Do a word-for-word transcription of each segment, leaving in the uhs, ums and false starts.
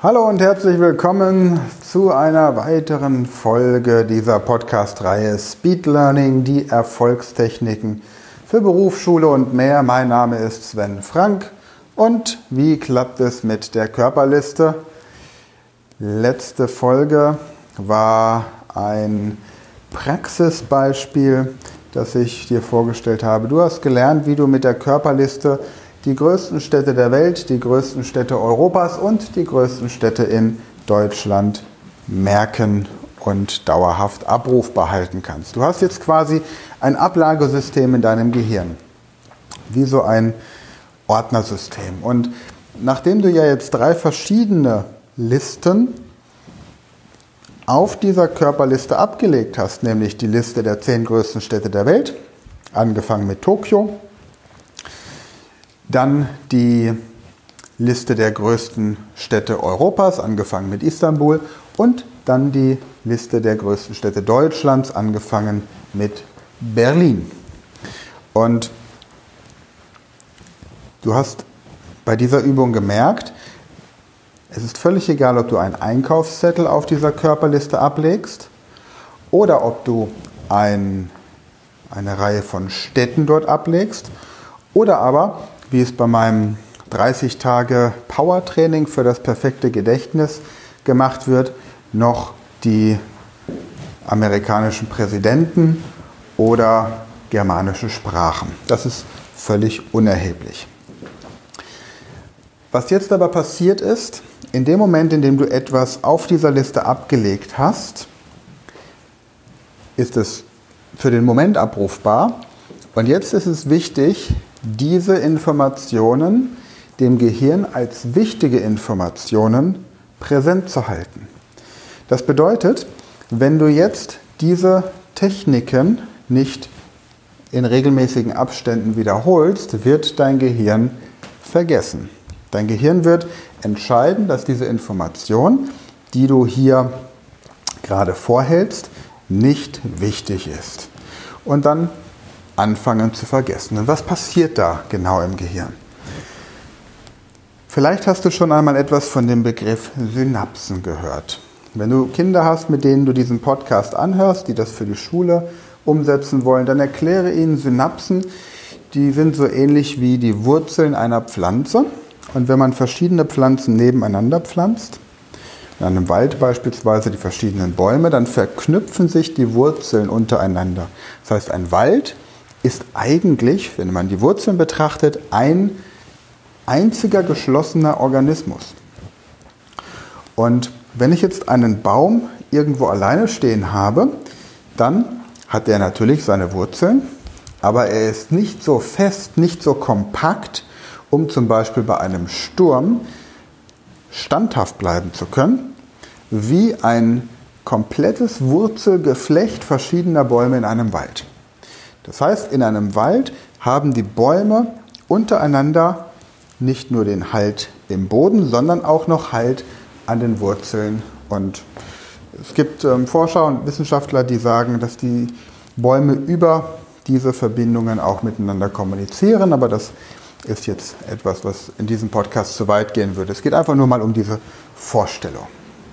Hallo und herzlich willkommen zu einer weiteren Folge dieser Podcast-Reihe Speed Learning, die Erfolgstechniken für Berufsschule und mehr. Mein Name ist Sven Frank und wie klappt es mit der Körperliste? Letzte Folge war ein Praxisbeispiel, das ich dir vorgestellt habe. Du hast gelernt, wie du mit der Körperliste die größten Städte der Welt, die größten Städte Europas und die größten Städte in Deutschland merken und dauerhaft abrufbar halten kannst. Du hast jetzt quasi ein Ablagesystem in deinem Gehirn, wie so ein Ordnersystem. Und nachdem du ja jetzt drei verschiedene Listen auf dieser Körperliste abgelegt hast, nämlich die Liste der zehn größten Städte der Welt, angefangen mit Tokio, dann die Liste der größten Städte Europas, angefangen mit Istanbul, und dann die Liste der größten Städte Deutschlands, angefangen mit Berlin. Und du hast bei dieser Übung gemerkt, es ist völlig egal, ob du einen Einkaufszettel auf dieser Körperliste ablegst oder ob du ein, eine Reihe von Städten dort ablegst oder aber, wie es bei meinem dreißig Tage Power-Training für das perfekte Gedächtnis gemacht wird, noch die amerikanischen Präsidenten oder germanische Sprachen. Das ist völlig unerheblich. Was jetzt aber passiert ist, in dem Moment, in dem du etwas auf dieser Liste abgelegt hast, ist es für den Moment abrufbar. Und jetzt ist es wichtig, diese Informationen dem Gehirn als wichtige Informationen präsent zu halten. Das bedeutet, wenn du jetzt diese Techniken nicht in regelmäßigen Abständen wiederholst, wird dein Gehirn vergessen. Dein Gehirn wird entscheiden, dass diese Information, die du hier gerade vorhältst, nicht wichtig ist. Und dann anfangen zu vergessen. Und was passiert da genau im Gehirn? Vielleicht hast du schon einmal etwas von dem Begriff Synapsen gehört. Wenn du Kinder hast, mit denen du diesen Podcast anhörst, die das für die Schule umsetzen wollen, dann erkläre ihnen Synapsen, die sind so ähnlich wie die Wurzeln einer Pflanze. Und wenn man verschiedene Pflanzen nebeneinander pflanzt, in einem Wald beispielsweise die verschiedenen Bäume, dann verknüpfen sich die Wurzeln untereinander. Das heißt, ein Wald ist eigentlich, wenn man die Wurzeln betrachtet, ein einziger geschlossener Organismus. Und wenn ich jetzt einen Baum irgendwo alleine stehen habe, dann hat er natürlich seine Wurzeln, aber er ist nicht so fest, nicht so kompakt, um zum Beispiel bei einem Sturm standhaft bleiben zu können, wie ein komplettes Wurzelgeflecht verschiedener Bäume in einem Wald. Das heißt, in einem Wald haben die Bäume untereinander nicht nur den Halt im Boden, sondern auch noch Halt an den Wurzeln. Und es gibt ähm, Forscher und Wissenschaftler, die sagen, dass die Bäume über diese Verbindungen auch miteinander kommunizieren. Aber das ist jetzt etwas, was in diesem Podcast zu weit gehen würde. Es geht einfach nur mal um diese Vorstellung.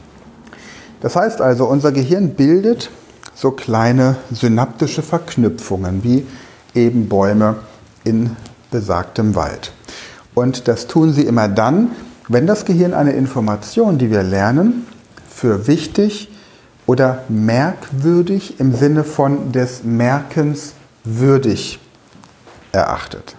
Das heißt also, unser Gehirn bildet so kleine synaptische Verknüpfungen, wie eben Bäume in besagtem Wald. Und das tun sie immer dann, wenn das Gehirn eine Information, die wir lernen, für wichtig oder merkwürdig im Sinne von des Merkens würdig erachtet.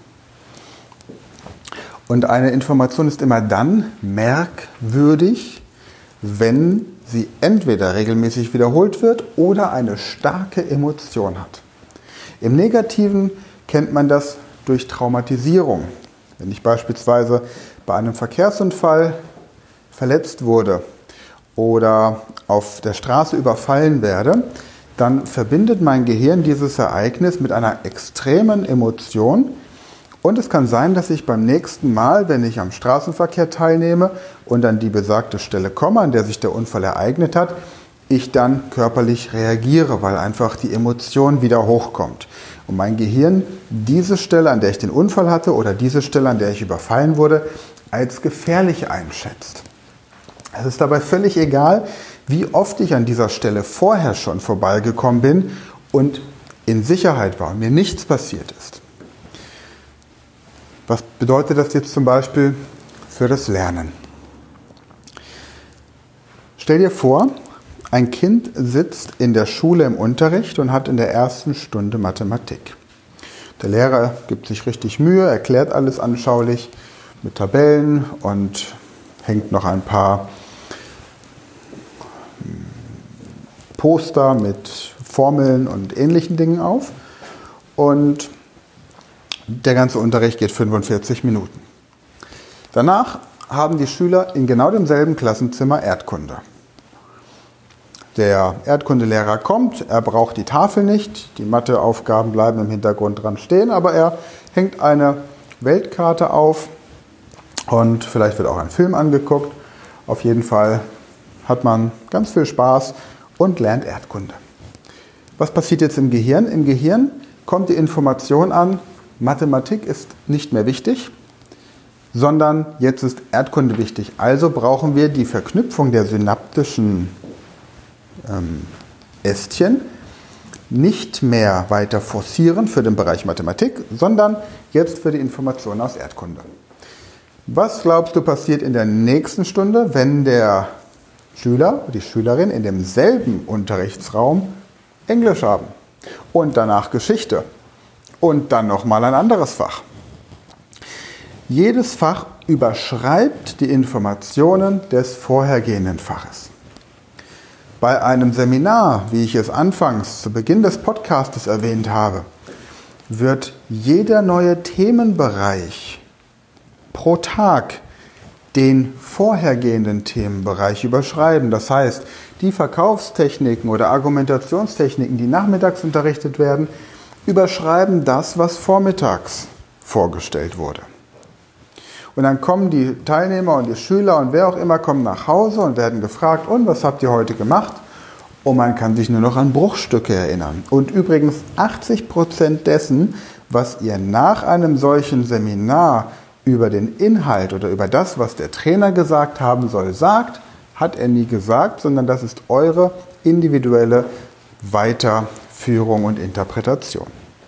Und eine Information ist immer dann merkwürdig, wenn sie entweder regelmäßig wiederholt wird oder eine starke Emotion hat. Im Negativen kennt man das durch Traumatisierung. Wenn ich beispielsweise bei einem Verkehrsunfall verletzt wurde oder auf der Straße überfallen werde, dann verbindet mein Gehirn dieses Ereignis mit einer extremen Emotion. Und es kann sein, dass ich beim nächsten Mal, wenn ich am Straßenverkehr teilnehme und an die besagte Stelle komme, an der sich der Unfall ereignet hat, ich dann körperlich reagiere, weil einfach die Emotion wieder hochkommt. Und mein Gehirn diese Stelle, an der ich den Unfall hatte oder diese Stelle, an der ich überfallen wurde, als gefährlich einschätzt. Es ist dabei völlig egal, wie oft ich an dieser Stelle vorher schon vorbeigekommen bin und in Sicherheit war und mir nichts passiert ist. Was bedeutet das jetzt zum Beispiel für das Lernen? Stell dir vor, ein Kind sitzt in der Schule im Unterricht und hat in der ersten Stunde Mathematik. Der Lehrer gibt sich richtig Mühe, erklärt alles anschaulich mit Tabellen und hängt noch ein paar Poster mit Formeln und ähnlichen Dingen auf. Und der ganze Unterricht geht fünfundvierzig Minuten. Danach haben die Schüler in genau demselben Klassenzimmer Erdkunde. Der Erdkundelehrer kommt, er braucht die Tafel nicht, die Matheaufgaben bleiben im Hintergrund dran stehen, aber er hängt eine Weltkarte auf und vielleicht wird auch ein Film angeguckt. Auf jeden Fall hat man ganz viel Spaß und lernt Erdkunde. Was passiert jetzt im Gehirn? Im Gehirn kommt die Information an, Mathematik ist nicht mehr wichtig, sondern jetzt ist Erdkunde wichtig. Also brauchen wir die Verknüpfung der synaptischen ähm, Ästchen nicht mehr weiter forcieren für den Bereich Mathematik, sondern jetzt für die Information aus Erdkunde. Was glaubst du passiert in der nächsten Stunde, wenn der Schüler, die Schülerin in demselben Unterrichtsraum Englisch haben und danach Geschichte und dann nochmal ein anderes Fach? Jedes Fach überschreibt die Informationen des vorhergehenden Faches. Bei einem Seminar, wie ich es anfangs zu Beginn des Podcastes erwähnt habe, wird jeder neue Themenbereich pro Tag den vorhergehenden Themenbereich überschreiben. Das heißt, die Verkaufstechniken oder Argumentationstechniken, die nachmittags unterrichtet werden, überschreiben das, was vormittags vorgestellt wurde. Und dann kommen die Teilnehmer und die Schüler und wer auch immer kommen nach Hause und werden gefragt, und was habt ihr heute gemacht? Und man kann sich nur noch an Bruchstücke erinnern. Und übrigens achtzig Prozent dessen, was ihr nach einem solchen Seminar über den Inhalt oder über das, was der Trainer gesagt haben soll, sagt, hat er nie gesagt, sondern das ist eure individuelle Weiterführung und Interpretation.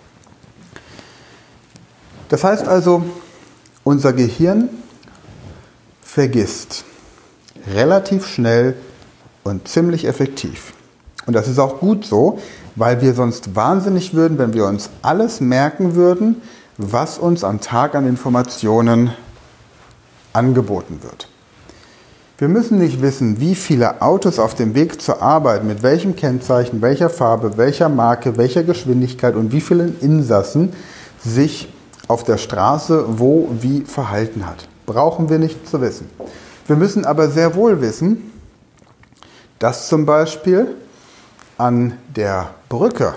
Das heißt also, unser Gehirn vergisst relativ schnell und ziemlich effektiv. Und das ist auch gut so, weil wir sonst wahnsinnig würden, wenn wir uns alles merken würden, was uns am Tag an Informationen angeboten wird. Wir müssen nicht wissen, wie viele Autos auf dem Weg zur Arbeit, mit welchem Kennzeichen, welcher Farbe, welcher Marke, welcher Geschwindigkeit und wie vielen Insassen sich auf der Straße wo wie verhalten hat. Brauchen wir nicht zu wissen. Wir müssen aber sehr wohl wissen, dass zum Beispiel an der Brücke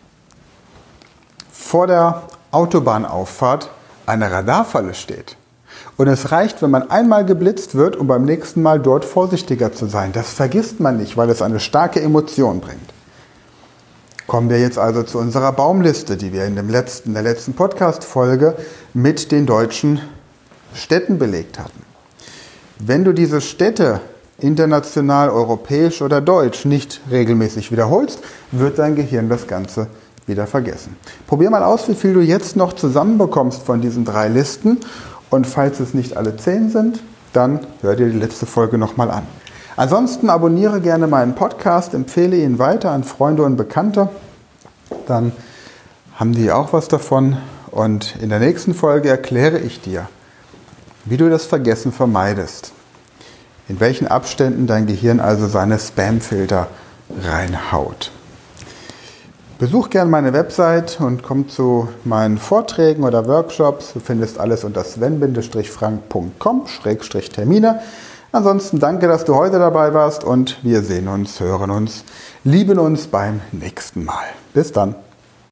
vor der Autobahnauffahrt eine Radarfalle steht. Und es reicht, wenn man einmal geblitzt wird, um beim nächsten Mal dort vorsichtiger zu sein. Das vergisst man nicht, weil es eine starke Emotion bringt. Kommen wir jetzt also zu unserer Baumliste, die wir in, dem letzten, in der letzten Podcast-Folge mit den deutschen Städten belegt hatten. Wenn du diese Städte international, europäisch oder deutsch nicht regelmäßig wiederholst, wird dein Gehirn das Ganze wieder vergessen. Probier mal aus, wie viel du jetzt noch zusammenbekommst von diesen drei Listen. Und falls es nicht alle zehn sind, dann hör dir die letzte Folge nochmal an. Ansonsten abonniere gerne meinen Podcast, empfehle ihn weiter an Freunde und Bekannte. Dann haben die auch was davon. Und in der nächsten Folge erkläre ich dir, wie du das Vergessen vermeidest. In welchen Abständen dein Gehirn also seine Spamfilter reinhaut. Besuch gerne meine Website und komm zu meinen Vorträgen oder Workshops. Du findest alles unter sven frank punkt com Schrägstrich Termine. Ansonsten danke, dass du heute dabei warst und wir sehen uns, hören uns, lieben uns beim nächsten Mal. Bis dann.